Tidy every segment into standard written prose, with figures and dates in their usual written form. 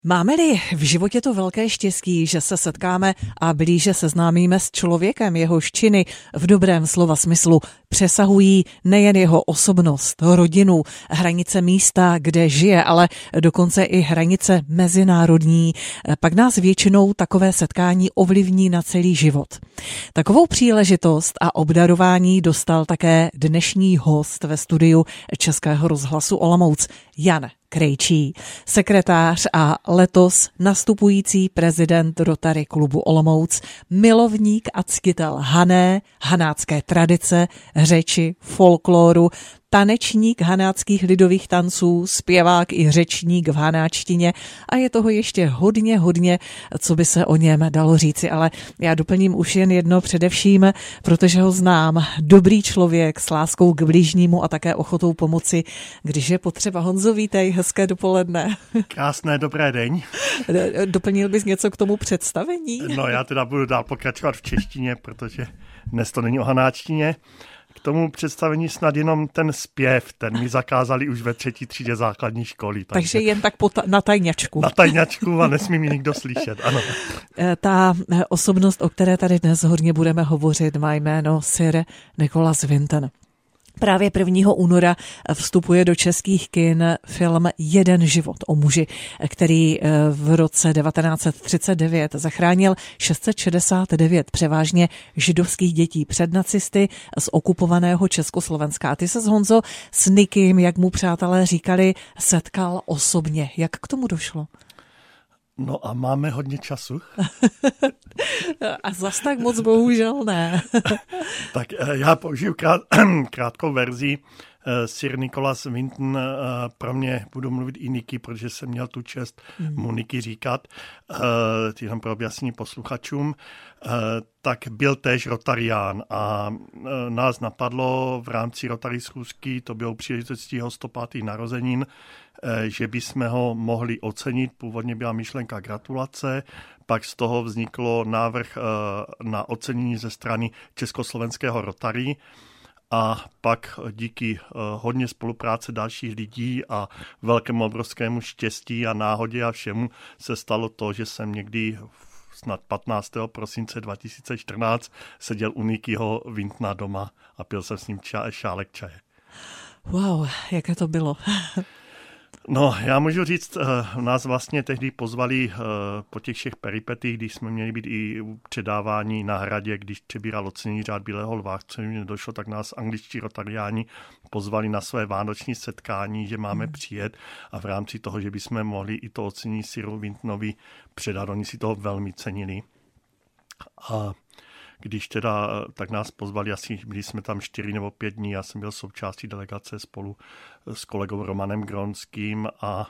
Máme-li v životě to velké štěstí, že se setkáme a blíže seznámíme s člověkem, jehož činy v dobrém slova smyslu přesahují nejen jeho osobnost, rodinu, hranice místa, kde žije, ale dokonce i hranice mezinárodní, pak nás většinou takové setkání ovlivní na celý život. Takovou příležitost a obdarování dostal také dnešní host ve studiu Českého rozhlasu Olomouc, Jan Krejčí, sekretář a letos nastupující prezident Rotary klubu Olomouc, milovník a ctitel Hané, hanácké tradice, řeči, folkloru, tanečník hanáckých lidových tanců, zpěvák i řečník v hanáčtině a je toho ještě hodně, co by se o něm dalo říci, ale já doplním už jen jedno především, protože ho znám, dobrý člověk s láskou k bližnímu a také ochotou pomoci, když je potřeba. Honzo, vítej, hezké dopoledne. Krásné, dobré den. Doplnil bys něco k tomu představení? No, já teda budu dál pokračovat v češtině, protože dnes to není o hanáčtině. K tomu představení snad jenom ten zpěv, ten mi zakázali už ve 3. třídě základní školy. Takže jen tak na tajňačku. Na tajňačku a nesmí mi nikdo slyšet, ano. Ta osobnost, o které tady dnes hodně budeme hovořit, má jméno Sir Nicholas Winton. Právě 1. února vstupuje do českých kin film Jeden život o muži, který v roce 1939 zachránil 669 převážně židovských dětí před nacisty z okupovaného Československa. A ty se s Honzo s Nikým, jak mu přátelé říkali, setkal osobně. Jak k tomu došlo? No a máme hodně času. A zas tak moc bohužel ne. Tak já použiju krátkou verzi. Sir Nicholas Winton, pro mě budu mluvit i Niky, protože jsem měl tu čest mu Niky říkat, jenom pro objasnění posluchačům, tak byl též rotarián a nás napadlo v rámci Rotary schůzky, to bylo příležitostí jeho 105. narozenin, že bychom ho mohli ocenit. Původně byla myšlenka gratulace, pak z toho vzniklo návrh na ocenění ze strany Československého Rotary a pak díky hodně spolupráce dalších lidí a velkému obrovskému štěstí a náhodě a všemu se stalo to, že jsem někdy snad 15. prosince 2014 seděl u Nikyho Wintona doma a pil jsem s ním šálek čaje. Wow, jaké to bylo? No, já můžu říct, nás vlastně tehdy pozvali po těch všech peripetích, když jsme měli být i předávání na hradě, když přebíral ocenění řád Bílého lva, co mi nedošlo, tak nás angličtí rotariáni pozvali na své vánoční setkání, že máme přijet a v rámci toho, že bychom mohli i to ocenění Siru Wintonovi předat, oni si toho velmi cenili. A když teda, tak nás pozvali, asi byli jsme tam 4 nebo 5 dní, já jsem byl součástí delegace spolu s kolegou Romanem Gronským a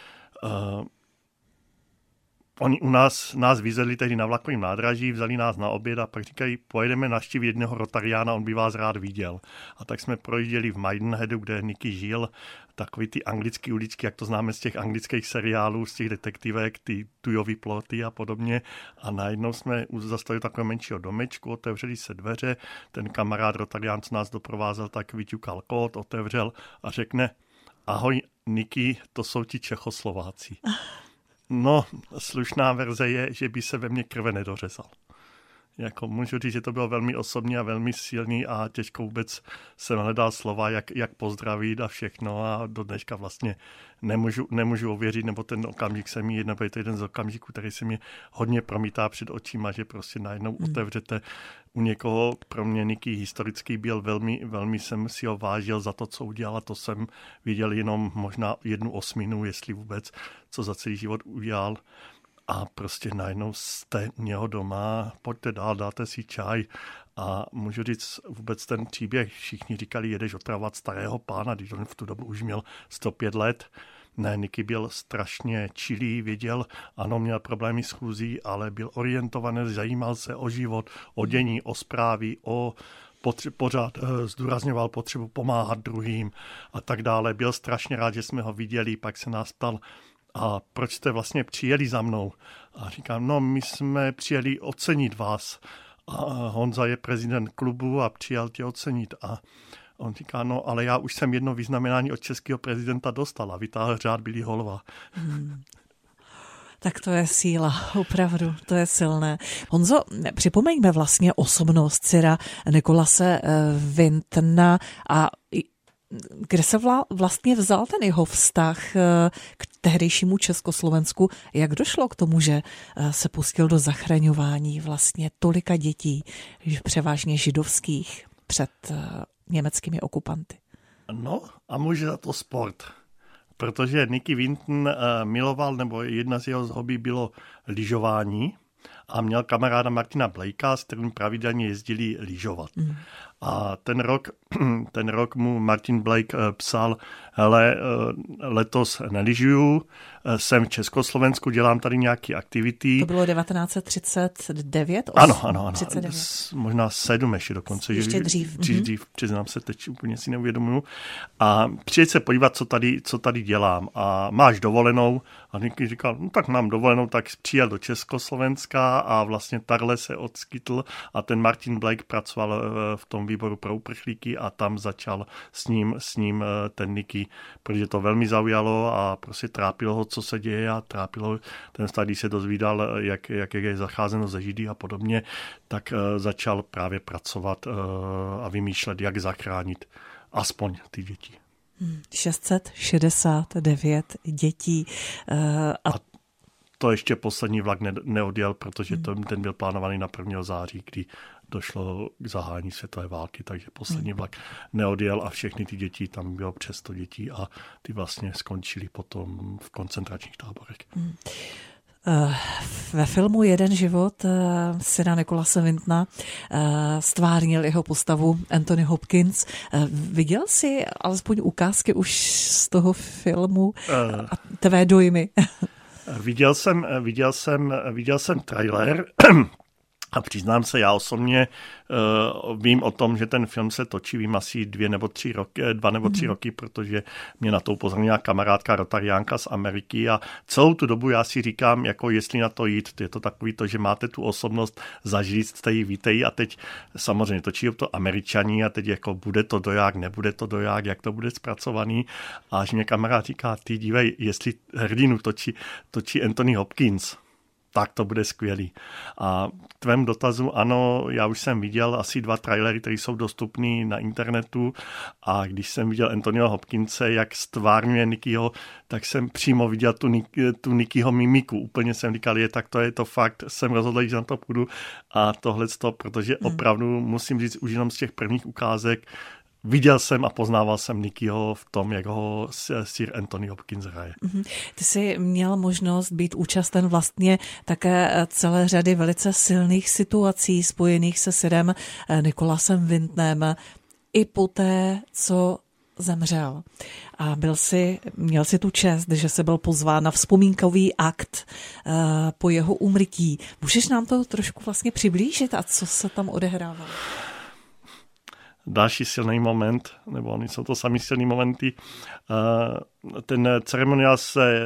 oni u nás vyzvedli tehdy na vlakovém nádraží, vzali nás na oběd a pak říkají, pojedeme navštívit jednoho rotariána, on by vás rád viděl. A tak jsme projížděli v Maidenheadu, kde Niky žil, takový ty anglické uličky, jak to známe z těch anglických seriálů, z těch detektivek, ty tujový ploty a podobně. A najednou jsme zastavili takového menšího domečku, otevřeli se dveře, ten kamarád rotarián, co nás doprovázel, tak vyťukal kód, otevřel a řekne, ahoj Niky, to jsou ti Čechoslováci. No, slušná verze je, že by se ve mně krve nedořezal. Jako můžu říct, že to bylo velmi osobní a velmi silný a těžko vůbec jsem hledal slova, jak pozdravit a všechno a do dneška vlastně nemůžu ověřit, nebo ten okamžik se mi, nebo je to jeden z okamžiků, který se mi hodně promítá před očima, že prostě najednou otevřete u někoho, pro mě Niky historický byl velmi jsem si ho vážil za to, co udělal, a to jsem viděl jenom možná 1/8, jestli vůbec, co za celý život udělal. A prostě najednou jste u něho doma, pojďte dál, dáte si čaj. A můžu říct vůbec ten příběh, všichni říkali, jedeš otravovat starého pána, když on v tu dobu už měl 105 let. Ne, Niky byl strašně čilý, věděl, ano, měl problémy s chůzí, ale byl orientovaný, zajímal se o život, o dění, o zprávy, pořád zdůrazňoval potřebu pomáhat druhým a tak dále. Byl strašně rád, že jsme ho viděli, pak se nás ptal, a proč jste vlastně přijeli za mnou? A říkám, no my jsme přijeli ocenit vás. A Honza je prezident klubu a přijel tě ocenit. A on říká, no ale já už jsem jedno vyznamenání od českého prezidenta dostal a vytáhl řád Bílého lva. Tak to je síla, opravdu, to je silné. Honzo, připomeňme vlastně osobnost Sira Nicolase Wintona a kde se vlastně vzal ten jeho vztah k tehdejšímu Československu? Jak došlo k tomu, že se pustil do zachraňování vlastně tolika dětí, převážně židovských, před německými okupanty? No a může za to sport. Protože Nicky Winton miloval, nebo jedna z jeho hobby bylo lyžování a měl kamaráda Martina Blakea, s kterým pravidelně jezdili lyžovat. A ten rok mu Martin Blake psal, hele, letos nelyžuju, jsem v Československu, dělám tady nějaké aktivity. To bylo 1939? Ano. 39. Možná 7 ještě dokonce. Ještě dřív. Dřív, přiznám se, teď úplně si neuvědomuju. A přijď se podívat, co tady dělám. A máš dovolenou? A Nicky říkal, no tak mám dovolenou, tak přijel do Československa a vlastně takhle se odskytl a ten Martin Blake pracoval v tom výboru pro uprchlíky a tam začal s ním ten Nicky, protože to velmi zaujalo a prostě trápilo ho, co se děje a trápilo ten stát, když se dozvídal, jak je zacházeno ze Židy a podobně, tak začal právě pracovat a vymýšlet, jak zachránit aspoň ty děti. 669 dětí. A to ještě poslední vlak neodjel, protože ten byl plánovaný na 1. září, kdy došlo k zahájení světové války, takže poslední vlak neodjel a všechny ty děti, tam bylo přes 100 dětí a ty vlastně skončili potom v koncentračních táborech. Ve filmu Jeden život Sira Nicolase Wintona stvárnil jeho postavu Anthony Hopkins. Viděl jsi alespoň ukázky už z toho filmu a tvé dojmy? Viděl jsem trailer a přiznám se, já osobně vím o tom, že ten film se točí, vím asi 2 nebo 3 roky, protože mě na to upozornila kamarádka Rotariánka z Ameriky a celou tu dobu já si říkám, jako jestli na to jít, je to takový to, že máte tu osobnost zažít, jste ji, víte ji a teď samozřejmě točí to Američani a teď jako bude to doják, nebude to doják, jak to bude zpracovaný a až mě kamarád říká, ty dívej, jestli hrdinu točí Anthony Hopkins, tak to bude skvělý. A k tvému dotazu, ano, já už jsem viděl asi 2 trailery, které jsou dostupné na internetu a když jsem viděl Anthonyho Hopkinse, jak stvárňuje Nickyho, tak jsem přímo viděl tu Nickyho mimiku. Úplně jsem říkal, tak to je to fakt, jsem rozhodl, že na to půjdu a tohleto, protože opravdu musím říct už jenom z těch prvních ukázek, viděl jsem a poznával jsem Nickyho v tom, jak ho Sir Anthony Hopkins hraje. Ty jsi měl možnost být účasten vlastně také celé řady velice silných situací spojených se Sirem Nicolasem Wintonem i poté, co zemřel. A měl si tu čest, že se byl pozván na vzpomínkový akt po jeho úmrtí. Můžeš nám to trošku vlastně přiblížit a co se tam odehrávalo? Další silný moment, nebo oni jsou to sami silný momenty. Ten ceremoniál se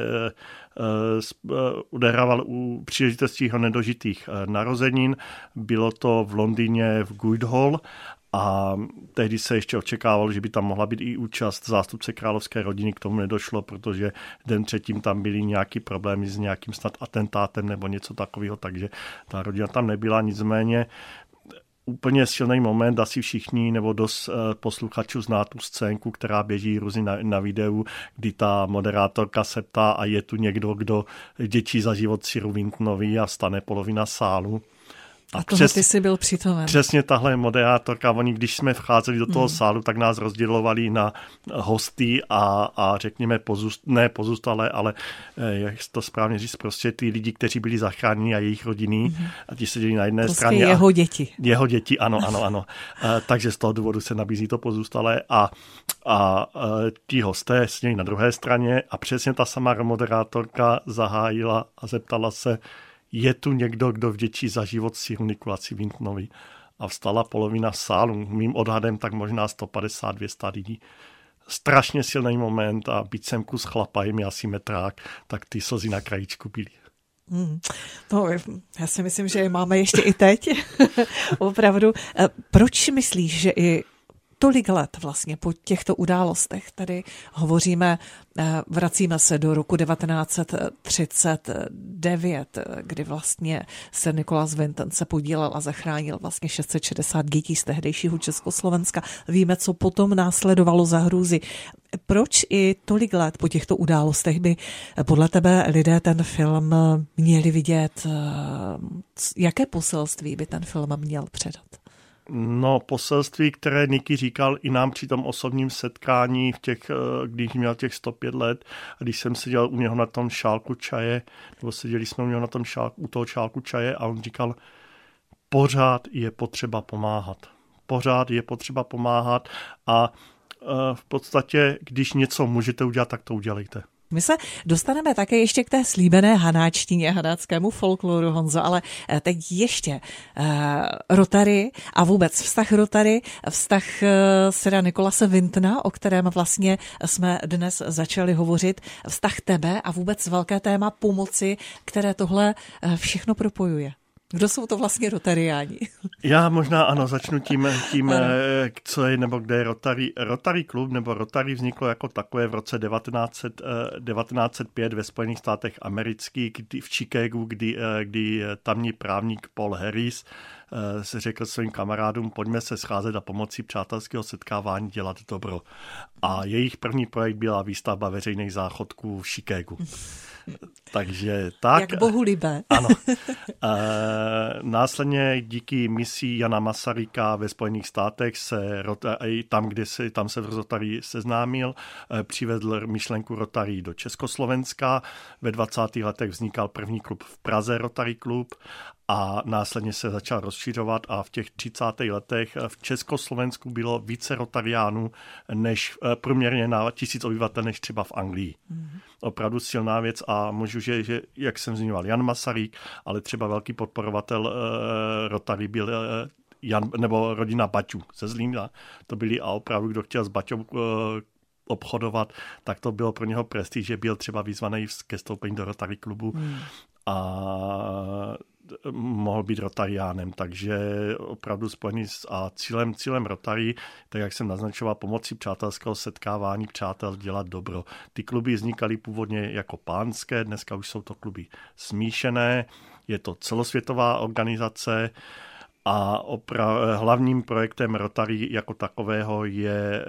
odehrával u příležitosti jeho nedožitých narozenin. Bylo to v Londýně v Guildhall a tehdy se ještě očekávalo, že by tam mohla být i účast zástupce královské rodiny. K tomu nedošlo, protože den předtím tam byly nějaký problémy s nějakým snad atentátem nebo něco takového, takže ta rodina tam nebyla, nicméně úplně silný moment, asi všichni nebo dost posluchačů zná tu scénku, která běží různě na videu, kdy ta moderátorka se ptá a je tu někdo, kdo děčí za život Siru Wintonovi a stane polovina sálu. A toho ty jsi byl přítomen. Přesně tahle moderátorka, oni když jsme vcházeli do toho sálu, tak nás rozdělovali na hosty a řekněme pozůstalé, ale jak to správně říct, prostě ty lidi, kteří byli zachráněni a jejich rodiny a ti seděli na jedné straně. Jeho děti. Jeho děti, ano. Takže z toho důvodu se nabízí to pozůstalé a ti hosté seděli na druhé straně a přesně ta samá moderátorka zahájila a zeptala se, je tu někdo, kdo vděčí za život Siru Nicolasi Wintonovi. A vstala polovina sálu, mým odhadem tak možná 150-200 lidí. Strašně silný moment a byť jsem kus chlapa, je mi asi metrák, tak ty slzy na krajíčku byly. No, já si myslím, že je máme ještě i teď. Opravdu. Proč myslíš, že i tolik let vlastně po těchto událostech, tady hovoříme, vracíme se do roku 1939, kdy vlastně Sir Nicholas Winton se podílel a zachránil vlastně 660 dětí z tehdejšího Československa. Víme, co potom následovalo za hrůzy. Proč i tolik let po těchto událostech by podle tebe lidé ten film měli vidět? Jaké poselství by ten film měl předat? No, poselství, které Niky říkal i nám při tom osobním setkání, když měl těch 105 let, a když jsem seděl u něho na tom šálku čaje, nebo seděli jsme u něho na tom u toho šálku čaje a on říkal, pořád je potřeba pomáhat. Pořád je potřeba pomáhat a v podstatě, když něco můžete udělat, tak to udělejte. My se dostaneme také ještě k té slíbené hanáčtině, hanáckému folkloru, Honzo, ale teď ještě Rotary a vůbec vztah Rotary, vztah Sira Nicholase Wintona, o kterém vlastně jsme dnes začali hovořit, vztah tebe a vůbec velké téma pomoci, které tohle všechno propojuje. Kdo jsou to vlastně Rotariáni? Já možná ano, začnu tím co je nebo kde je Rotary. Rotary klub nebo Rotary vzniklo jako takové v roce 1905 ve Spojených státech amerických, v Chicagu, kdy tamní právník Paul Harris se řekl svým kamarádům, pojďme se scházet a pomocí přátelského setkávání dělat dobro. A jejich první projekt byla výstavba veřejných záchodků v Chicagu. Takže tak. Jak bohulibé. Ano. Následně díky misi Jana Masaryka ve Spojených státech tam se v Rotary seznámil, přivedl myšlenku Rotary do Československa. Ve 20. letech vznikal první klub v Praze, Rotary klub, a následně se začal rozšiřovat a v těch 30. letech v Československu bylo více Rotariánů než průměrně na 1000 obyvatel než třeba v Anglii. Opravdu silná věc a můžu, že jak jsem zmiňoval, Jan Masaryk, ale třeba velký podporovatel Rotary byl nebo rodina Baťů ze Zlína. To byli a opravdu, kdo chtěl s Baťou obchodovat, tak to bylo pro něho prestiž, že byl třeba vyzvaný ke stoupení do Rotary klubu a mohl být Rotariánem, takže opravdu spojený a cílem Rotary, tak jak jsem naznačoval, pomocí přátelského setkávání přátel dělat dobro. Ty kluby vznikaly původně jako pánské, dneska už jsou to kluby smíšené, je to celosvětová organizace a hlavním projektem Rotary jako takového je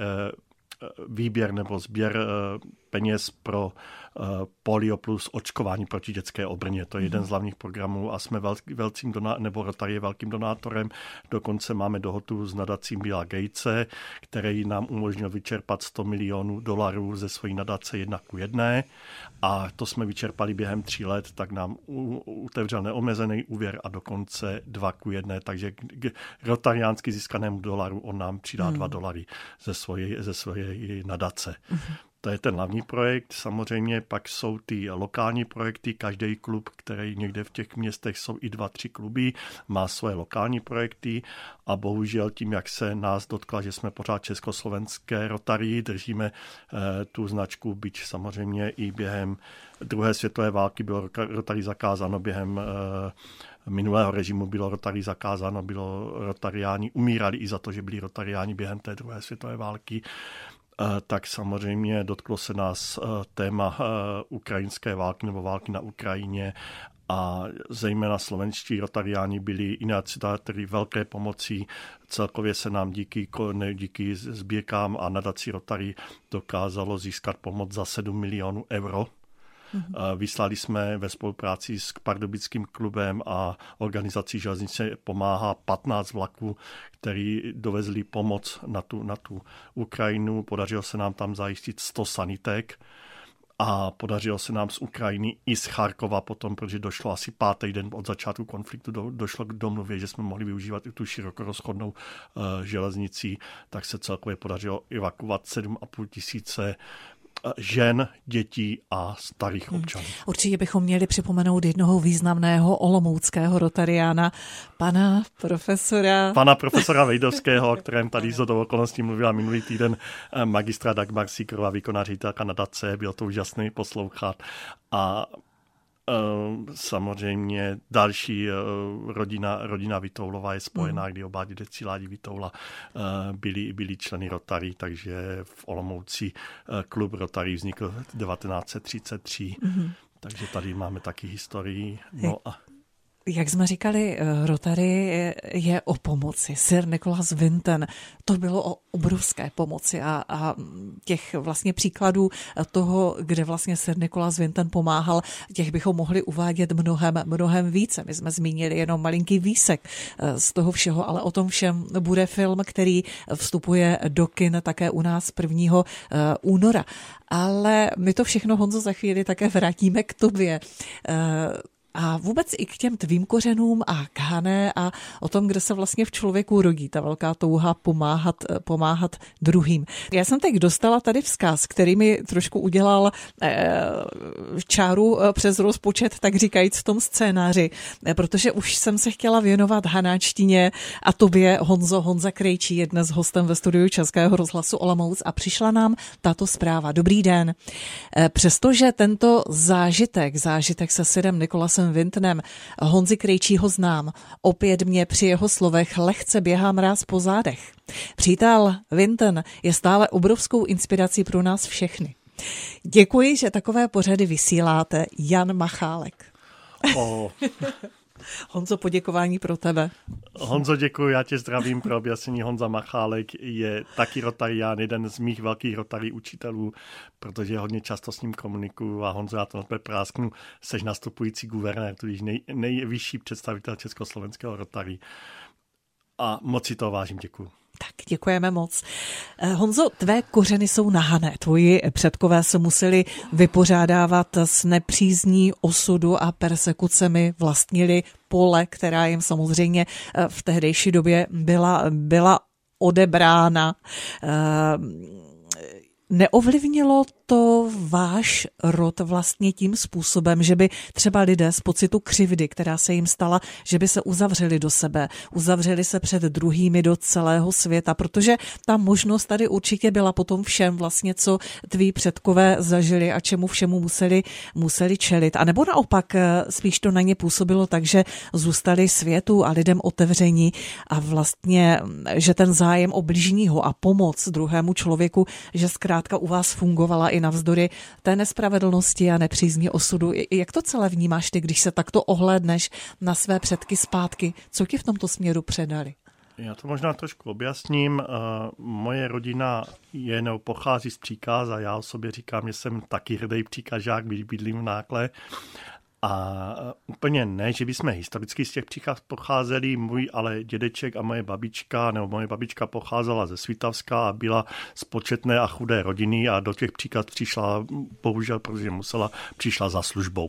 výběr nebo sběr peněz pro polio plus očkování proti dětské obrně. To je jeden z hlavních programů a jsme Rotary je velkým donátorem. Dokonce máme dohodu s nadací Billa Gatese, který nám umožnil vyčerpat $100 milionů ze svojí nadace 1:1 a to jsme vyčerpali během 3 let, tak nám otevřel neomezený úvěr a dokonce 2:1, takže rotariánsky získanému dolaru on nám přidá $2 ze svoje nadace. To je ten hlavní projekt. Samozřejmě pak jsou ty lokální projekty. Každý klub, který někde v těch městech jsou i 2-3 kluby, má svoje lokální projekty a bohužel tím, jak se nás dotkla, že jsme pořád československé Rotary, držíme tu značku, byť samozřejmě i během druhé světové války bylo Rotary zakázáno, během minulého režimu bylo Rotary zakázáno, Rotariáni umírali i za to, že byli Rotariáni během té druhé světové války. Tak samozřejmě dotklo se nás téma ukrajinské války nebo války na Ukrajině a zejména slovenští Rotariáni byli iniciátory velké pomoci. Celkově se nám díky sbírkám a nadaci Rotary dokázalo získat pomoc za 7 milionů euro. Vyslali jsme ve spolupráci s Pardubickým klubem a organizací Železnice pomáhá 15 vlaků, který dovezli pomoc na tu Ukrajinu. Podařilo se nám tam zajistit 100 sanitek a podařilo se nám z Ukrajiny i z Charkova potom, protože došlo asi 5. den od začátku konfliktu, došlo k domluvě, že jsme mohli využívat i tu širokorozchodnou železnici, tak se celkově podařilo evakuovat 7,5 tisíce žen, dětí a starých občanů. Určitě bychom měli připomenout jednoho významného olomouckého Rotariána, pana profesora Vejdovského, o kterém tady z okolností mluvila minulý týden magistra Dagmar Síkrová, výkonná ředitelka nadace, bylo to úžasný poslouchat. A Samozřejmě další rodina Vitoulová je spojená, kdy oba dědečci Ládi Vitoula byli členy Rotary, takže v Olomouci klub Rotary vznikl 1933. Takže tady máme taky historii. No a jak jsme říkali, Rotary je o pomoci. Sir Nicholas Winton, to bylo o obrovské pomoci a těch vlastně příkladů toho, kde vlastně Sir Nicholas Winton pomáhal, těch bychom mohli uvádět mnohem více. My jsme zmínili jenom malinký výsek z toho všeho, ale o tom všem bude film, který vstupuje do kin také u nás 1. února. Ale my to všechno, Honzo, za chvíli také vrátíme k tobě. A vůbec i k těm tvým kořenům a k Hané a o tom, kde se vlastně v člověku rodí ta velká touha pomáhat druhým. Já jsem teď dostala tady vzkaz, který mi trošku udělal čáru přes rozpočet, tak říkajíc v tom scénáři, protože už jsem se chtěla věnovat hanáčtině a tobě, Honza Krejčí je dnes hostem ve studiu Českého rozhlasu Olomouc a přišla nám tato zpráva. Dobrý den. Přestože tento zážitek se Sirem Nicholasem Wintonem Honzi Krejčího znám, opět mě při jeho slovech lehce běhá mráz po zádech. Přítel Winton je stále obrovskou inspirací pro nás všechny. Děkuji, že takové pořady vysíláte. Jan Machálek. Honzo, poděkování pro tebe. Honzo, děkuji, já tě zdravím pro objasnění. Honza Machálek je taky rotarián, jeden z mých velkých rotary učitelů, protože hodně často s ním komunikuju a Honzo, já to na tebe prásknu, seš nastupující guvernér, tudíž nejvyšší představitel československého rotary. A moc si to vážím, děkuji. Tak děkujeme moc. Honzo, tvé kořeny jsou na Hané. Tvoji předkové se museli vypořádávat s nepřízní osudu a persekucemi, vlastnili pole, která jim samozřejmě v tehdejší době byla odebrána. Neovlivnilo to váš rod vlastně tím způsobem, že by třeba lidé z pocitu křivdy, která se jim stala, že by se uzavřeli do sebe, uzavřeli se před druhými do celého světa, protože ta možnost tady určitě byla potom všem vlastně, co tví předkové zažili a čemu všemu museli čelit. A nebo naopak spíš to na ně působilo tak, že zůstali světu a lidem otevření a vlastně, že ten zájem o bližního a pomoc druhému člověku, že zkrátka u vás fungovala i navzdory té nespravedlnosti a nepřízní osudu. Jak to celé vnímáš ty, když se takto ohlédneš na své předky zpátky? Co ti v tomto směru předali? Já to možná trošku objasním. Moje rodina pochází z Příkaz a já o sobě říkám, že jsem taky hrdý příkažák, když bydlím v Nákle. A úplně ne, že bychom historicky z těch Příkaz pocházeli, ale dědeček a moje babička pocházela ze Svitavska a byla z početné a chudé rodiny a do těch Příkaz přišla, bohužel, protože přišla za službou.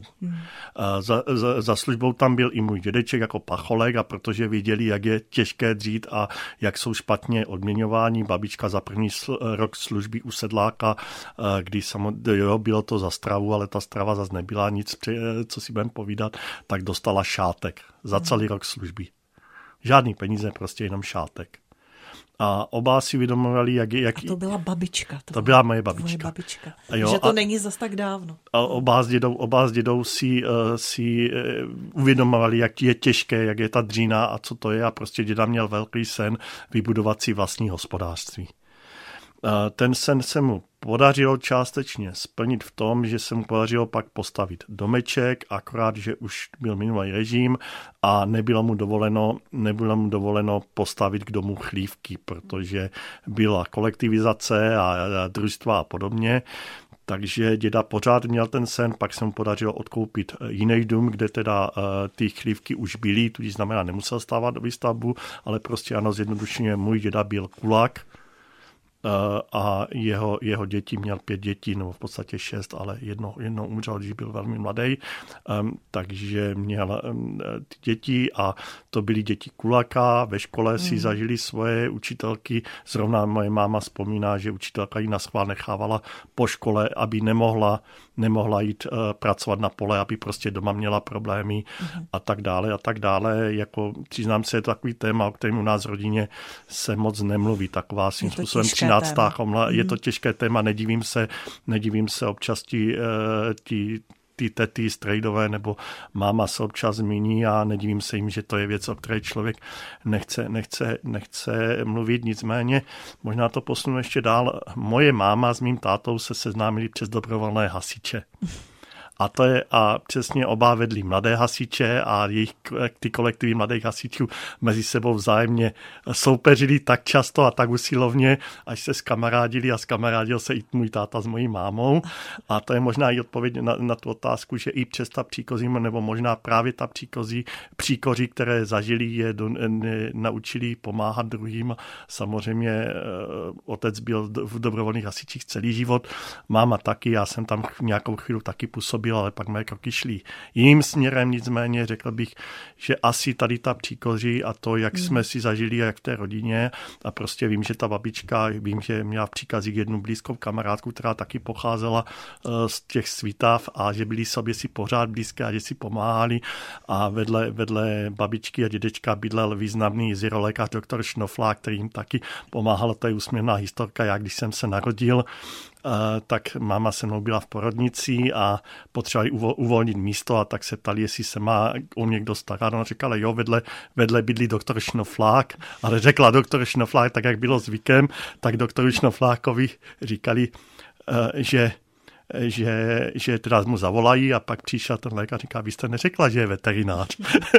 Za službou tam byl i můj dědeček jako pacholek a protože viděli, jak je těžké dřít a jak jsou špatně odměňováni, babička za první rok služby u sedláka, když bylo to za stravu, ale ta strava zase nebyla nic, co si budeme povídat, tak dostala šátek za celý rok služby. Žádný peníze, prostě jenom šátek. A oba si uvědomovali, jak... A to byla babička. To byla moje babička. Jo, že to není zas tak dávno. A oba s dědou si uvědomovali, jak je těžké, jak je ta dřína a co to je. A prostě děda měl velký sen vybudovat si vlastní hospodářství. Ten sen se mu podařilo částečně splnit v tom, že se mu podařilo pak postavit domeček, akorát, že už byl minulý režim a nebylo mu dovoleno postavit k domu chlívky, protože byla kolektivizace a družstva a podobně. Takže děda pořád měl ten sen, pak se mu podařilo odkoupit jiný dům, kde teda ty chlívky už byly, tudíž znamená nemusel stávat do výstavbu, ale prostě ano, zjednodušeně můj děda byl kulák, a jeho děti, měl 5 dětí, nebo v podstatě 6, ale jedno umřel, když byl velmi mladý, takže měl ty děti a to byly děti kulaka, ve škole si zažili svoje učitelky, zrovna moje máma vzpomíná, že učitelka ji naschvál nechávala po škole, aby nemohla jít pracovat na pole, aby prostě doma měla problémy a tak dále. Jako přiznám se, je to takový téma, o kterém u nás v rodině se moc nemluví, taková svým způsobem 13. Je to těžké téma, nedivím se občas ti ty tety strejdové nebo máma se občas zmíní a nedivím se jim, že to je věc, o které člověk nechce mluvit. Nicméně možná to posunu ještě dál. Moje máma s mým tátou se seznámili přes dobrovolné hasiče. A přesně oba vedli mladé hasiče a ty kolektivy mladých hasičů mezi sebou vzájemně soupeřili tak často a tak usilovně, až se skamarádili a skamarádil se i můj táta s mojí mámou. A to je možná i odpověď na tu otázku, že i přes ta příkozí, nebo možná právě ta příkoří, které zažili, je naučili pomáhat druhým. Samozřejmě otec byl v dobrovolných hasičích celý život, máma taky, já jsem tam nějakou chvíli taky působil, ale pak mé kroky šly jiným směrem, nicméně řekl bych, že asi tady ta příkoří a to, jak jsme si zažili, jak v té rodině a prostě vím, že ta babička, že měla v příkazích jednu blízkou kamarádku, která taky pocházela z těch Svitav a že byli sobě si pořád blízké a že si pomáhali a vedle babičky a dědečka bydlel významný zirolékař doktor Šnoflák, který jim taky pomáhal, to je úsměvná historka, já když jsem se narodil, tak máma se mnou byla v porodnici a potřebovali uvolnit místo a tak se ptali, jestli se má o někdo starat. Ona říkala, jo, vedle bydlí doktor Šnoflák, ale řekla doktor Šnoflák, tak jak bylo zvykem, tak doktoru Šnoflákovi říkali, že teda mu zavolají a pak přišel ten lékař a říká, vy jste neřekla, že je veterinář.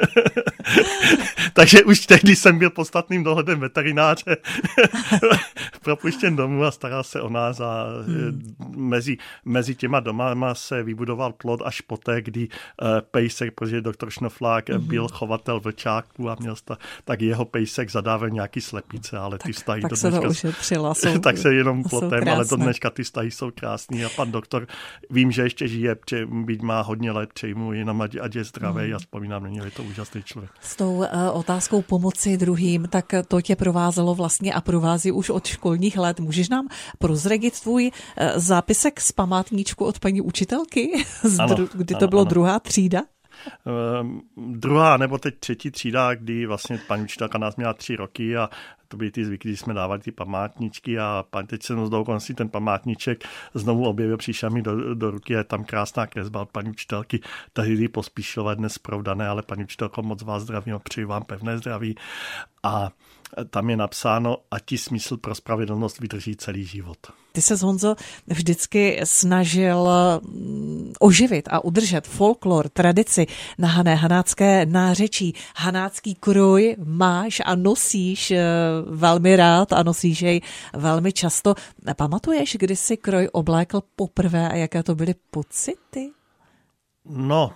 Takže už tehdy jsem byl podstatným dohledem veterináře propuštěn domů a staral se o nás a mezi těma domama se vybudoval plot až poté, kdy pejsek, protože doktor Šnoflák byl chovatel vlčáků a měl tak jeho pejsek zadával nějaký slepice, ale ty vztahy tak do dneška... Tak se to ušetřila. Tak se jenom plotem, ale do dneška ty vztahy jsou krásný a pan doktor, vím, že ještě žije, byť má hodně let, přeji mu jenom ať je zdravý a vzpomínám na něj, je to úžasný člověk. S tou otázkou pomoci druhým, tak to tě provázelo vlastně a provází už od školních let. Můžeš nám prozradit tvůj zápisek z památníčku od paní učitelky? Kdy to bylo druhá třída? Druhá nebo teď třetí třída, kdy vlastně paní učitelka nás měla 3 roky a to byly ty zvyky, kdy jsme dávali ty památničky a teď jsem dokonce ten památníček znovu objevil, přišel mi do ruky, je tam krásná kresba od paní učitelky, tehdy Pospíšilové, dnes provdané, ale paní učitelko, moc vás zdravím a přeji vám pevné zdraví a tam je napsáno, ať ti smysl pro spravedlnost vydrží celý život. Ty se, Honzo, vždycky snažil oživit a udržet folklor, tradici na hanácké nářečí. Hanácký kroj máš a nosíš velmi rád a nosíš jej velmi často. Pamatuješ, kdy jsi kroj oblékl poprvé a jaké to byly pocity? No,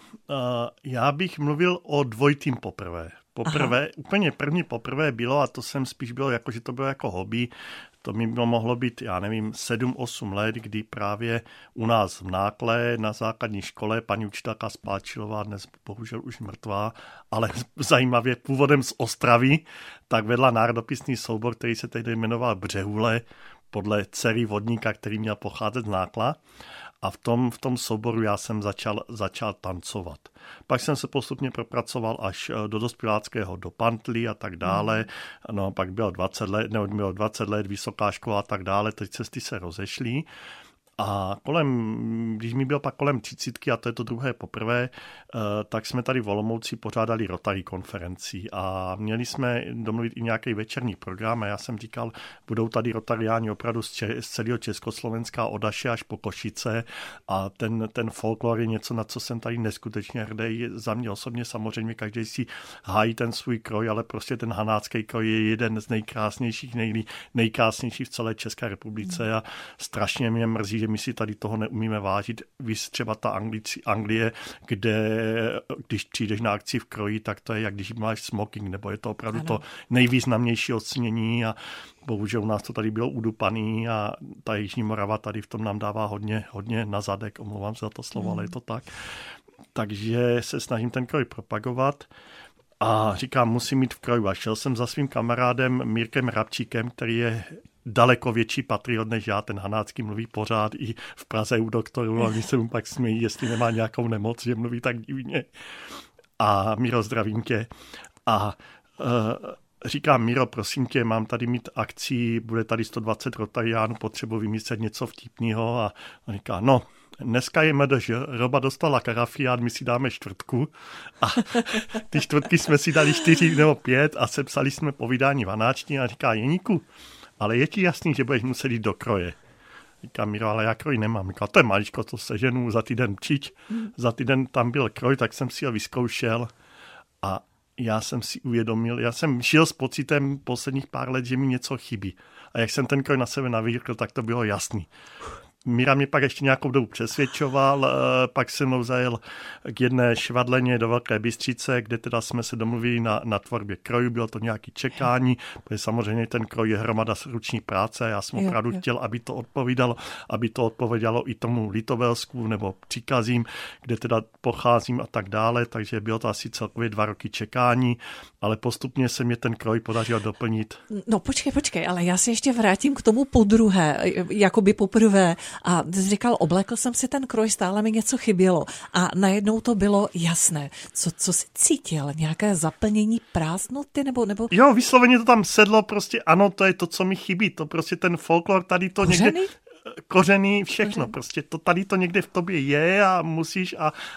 já bych mluvil o dvojitým poprvé. Úplně první poprvé bylo, a to jsem spíš byl, jako, že to bylo jako hobby, to mi mohlo být, já nevím, 7-8 let, kdy právě u nás v Nákle na základní škole paní učitelka Spáčilová, dnes bohužel už mrtvá, ale zajímavě původem z Ostravy, tak vedla národopisný soubor, který se tehdy jmenoval Břehule, podle dcery vodníka, který měl pocházet z Nákla. A v tom souboru já jsem začal tancovat. Pak jsem se postupně propracoval až do dospěláckého, do pantly a tak dále. No, pak bylo 20 let, vysoká škola a tak dále, teď cesty se rozešly. A když mi byl pak kolem 30, a to je to druhé poprvé, tak jsme tady v Olomouci pořádali Rotary konferenci a měli jsme domluvit i nějaký večerní program a já jsem říkal, budou tady rotariáni opravdu z celého Československa od Aše až po Košice a ten folklor je něco, na co jsem tady neskutečně hrdý. Za mě osobně samozřejmě každý si hájí ten svůj kroj, ale prostě ten hanácký kroj je jeden z nejkrásnějších, nejkrásnějších v celé České republice a strašně mě mrzí, že my si tady toho neumíme vážit. Víš, třeba ta Anglie, kde když přijdeš na akci v kroji, tak to je, jak když máš smoking, nebo je to opravdu to nejvýznamnější ocenění a bohužel u nás to tady bylo udupaný a ta Jižní Morava tady v tom nám dává hodně na zadek, omlouvám se za to slovo, ale je to tak. Takže se snažím ten kroj propagovat. A říkám, musím mít v kroju. A šel jsem za svým kamarádem Mírkem Rabčíkem, který je daleko větší patriot než já, ten hanácký mluví pořád i v Praze u doktorů a oni se mu pak smějí, jestli nemá nějakou nemoc, že mluví tak divně. A Míro, zdravím tě. A říkám, Míro, prosím tě, mám tady mít akci, bude tady 120 rotariánů, potřebuji vymyslet něco vtipného a on říká, no, dneska je MDŽ, Roba dostala karafiát, my si dáme čtvrtku a ty čtvrtky jsme si dali 4 nebo 5 a sepsali jsme povídání v hanáčtině a říká Jeníku, ale je ti jasný, že budeš muset jít do kroje. Říká Miro, ale já kroj nemám. Říká, to je maličko, to seženu za týden pčič. Za týden tam byl kroj, tak jsem si ho vyzkoušel a já jsem si uvědomil, já jsem žil s pocitem posledních pár let, že mi něco chybí. A jak jsem ten kroj na sebe navýkl, tak to bylo jasný. Míra mě pak ještě nějakou dobu přesvědčoval, pak se mnou zajel k jedné švadleně do Velké Bystřice, kde teda jsme se domluvili na tvorbě krojů, bylo to nějaké čekání, protože samozřejmě ten kroj je hromada ruční práce, já jsem opravdu chtěl, aby to odpovídalo i tomu Litovelsku nebo příkazím, kde teda pocházím a tak dále, takže bylo to asi celkově 2 roky čekání, ale postupně se mě ten kroj podařil doplnit. No počkej, ale já se ještě vrátím k tomu podruhé, jakoby poprvé. A ty jsi říkal, oblekl jsem si ten kroj, stále mi něco chybělo. A najednou to bylo jasné. Co jsi cítil? Nějaké zaplnění prázdnoty? Nebo... Jo, vysloveně to tam sedlo, prostě ano, to je to, co mi chybí. To prostě ten folklor tady to Kořeny? Někde... Kořený, všechno, prostě to tady to někde v tobě je a musíš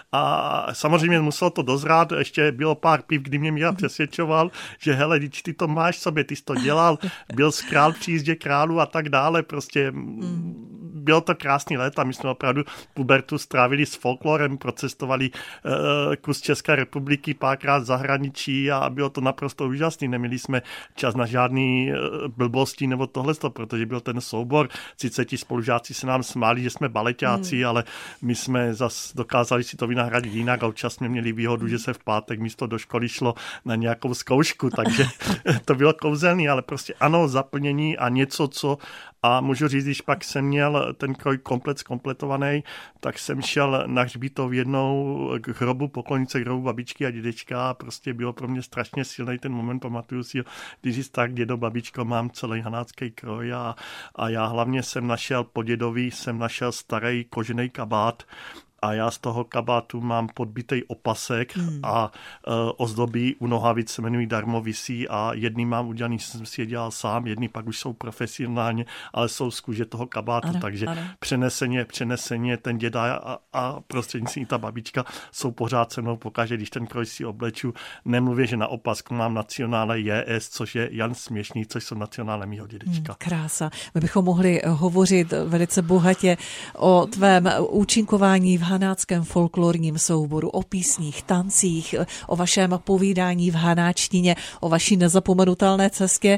a samozřejmě muselo to dozrát, ještě bylo pár piv, kdy mě Míra přesvědčoval, že hele, když ty to máš sobě, ty jsi to dělal, byl z král při jízdě králu a tak dále, prostě bylo to krásný let a my jsme opravdu pubertu strávili s folklorem, procestovali kus České republiky, párkrát v zahraničí a bylo to naprosto úžasný, neměli jsme čas na žádný blbosti nebo tohleto, protože byl ten soubor, sice ti spolužáci se nám smáli, že jsme baleťáci, ale my jsme zas dokázali si to vynahradit jinak a občas jsme měli výhodu, že se v pátek místo do školy šlo na nějakou zkoušku, takže to bylo kouzelný, ale prostě ano, zaplnění a něco, co a můžu říct, když pak jsem měl ten kroj zkompletovaný, tak jsem šel na hřbitov jednou k hrobu, poklonice k hrobu babičky a dědečka a prostě bylo pro mě strašně silný ten moment, pamatuju si, když jsi tak, dědo, babičko, mám celý hanácký kroj a já hlavně jsem našel po dědovi, starý kožený kabát, a já z toho kabátu mám podbitej opasek a ozdoby u nohavic se jmenují darmovisí a jedný mám udělaný, jsem si je dělal sám, jedný pak už jsou profesionálně, ale jsou z kůže toho kabátu, takže přeneseně ten děda a prostřednictvím ta babička jsou pořád se mnou pokaže, když ten kroj si obleču. Nemluvě, že na opasku mám nacionále JS, což je Jan Směšný, což jsou nacionále mýho dědečka. Krása. My bychom mohli hovořit velice bohatě o tvém účinkování v hanáckém folklorním souboru, o písních, tancích, o vašem povídání v hanáčtině, o vaší nezapomenutelné cestě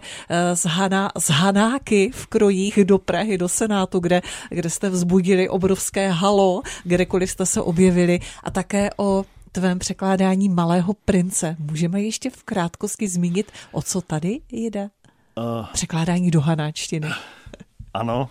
z Hanáky v krojích do Prahy, do Senátu, kde jste vzbudili obrovské halo, kdekoliv jste se objevili, a také o tvém překládání Malého prince. Můžeme ještě v krátkosti zmínit, o co tady jde? Překládání do hanáčtiny. Ano.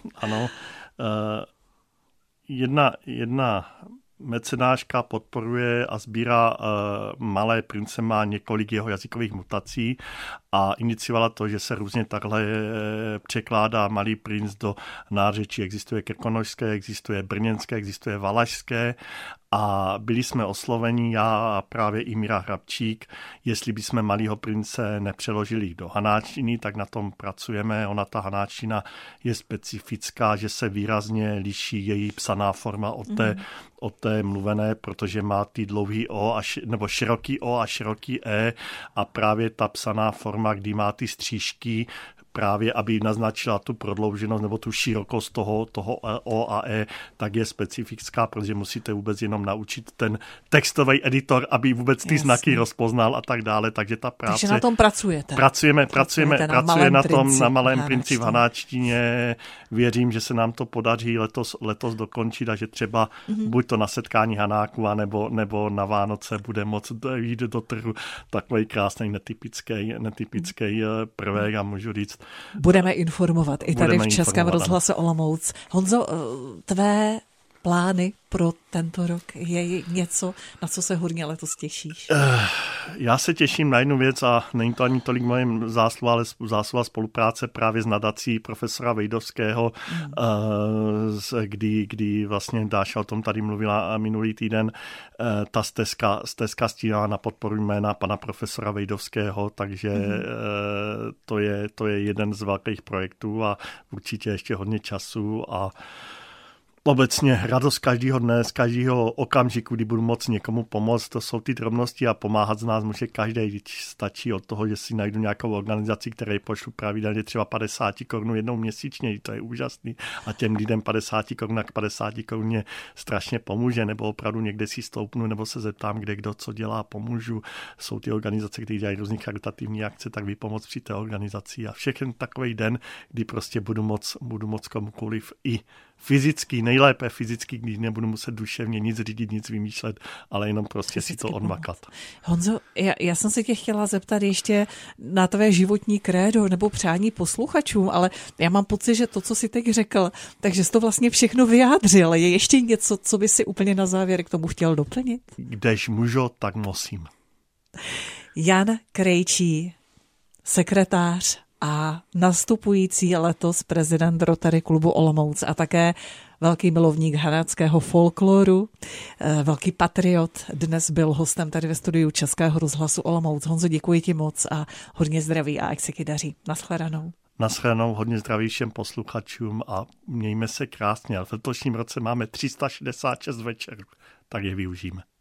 Jedna mecenáška podporuje a sbírá Malé prince, má několik jeho jazykových mutací a iniciovala to, že se různě takhle překládá Malý princ do nářečí. Existuje krkonošské, existuje brněnské, existuje valašské a byli jsme osloveni, já a právě i Míra Hrabčík, jestli bychom Malýho prince nepřeložili do hanáčtiny, tak na tom pracujeme. Ona, ta hanáčtina, je specifická, že se výrazně liší její psaná forma od té mluvené, protože má ty dlouhý O nebo široký O a široký E a právě ta psaná forma, kdy má ty střížky, právě aby naznačila tu prodlouženost nebo tu širokost toho O a E, tak je specifická, protože musíte vůbec jenom naučit ten textový editor, aby vůbec ty znaky rozpoznal a tak dále, takže ta práce... Takže na tom pracujete. Pracujeme na tom, na Malém princi v hanáčtině. Věřím, že se nám to podaří letos dokončit a že třeba buď to na setkání Hanáků, nebo na Vánoce bude moct jít do trhu takový krásný netypický prvek a můžu říct, budeme informovat i tady v Českém rozhlase Olomouc. Honzo, tvé plány pro tento rok je něco, na co se hodně letos těšíš? Já se těším na jednu věc a není to ani tolik moje zásluha, ale zásluha spolupráce právě s nadací profesora Vejdovského, kdy vlastně Dáša o tom tady mluvila minulý týden, ta stezka stíhá na podporu jména pana profesora Vejdovského, takže to je jeden z velkých projektů a určitě ještě hodně času a Obecně radost každého dne, z každého okamžiku, kdy budu moct někomu pomoct, to jsou ty drobnosti a pomáhat z nás může každý. Stačí od toho, že si najdu nějakou organizaci, které pošlu pravidelně třeba 50 korun jednou měsíčně, to je úžasný a těm lidem 50 korun k 50 koruně strašně pomůže, nebo opravdu někde si stoupnu, nebo se zeptám, kde kdo co dělá, pomůžu. Jsou ty organizace, které dělají různý charitativní akce, tak vypomoc při té organizaci a všechny takový den, kdy prostě budu moc komukoliv i fyzicky, nejlépe fyzicky, když nebudu muset duševně nic řídit, nic vymýšlet, ale jenom prostě si to odmakat. Honzo, já jsem se tě chtěla zeptat ještě na tvé životní krédo nebo přání posluchačům, ale já mám pocit, že to, co jsi teď řekl, takže jsi to vlastně všechno vyjádřil. Je ještě něco, co by si úplně na závěr k tomu chtěl doplnit? Kdež můžu, tak musím. Jan Krejčí, sekretář a nastupující letos prezident Rotary klubu Olomouc a také velký milovník hanáckého folkloru, velký patriot, dnes byl hostem tady ve studiu Českého rozhlasu Olomouc. Honzo, děkuji ti moc a hodně zdraví a ať se ti daří. Nashledanou. Nashledanou, hodně zdraví všem posluchačům a mějme se krásně. V letošním roce máme 366 večerů, tak je využijeme.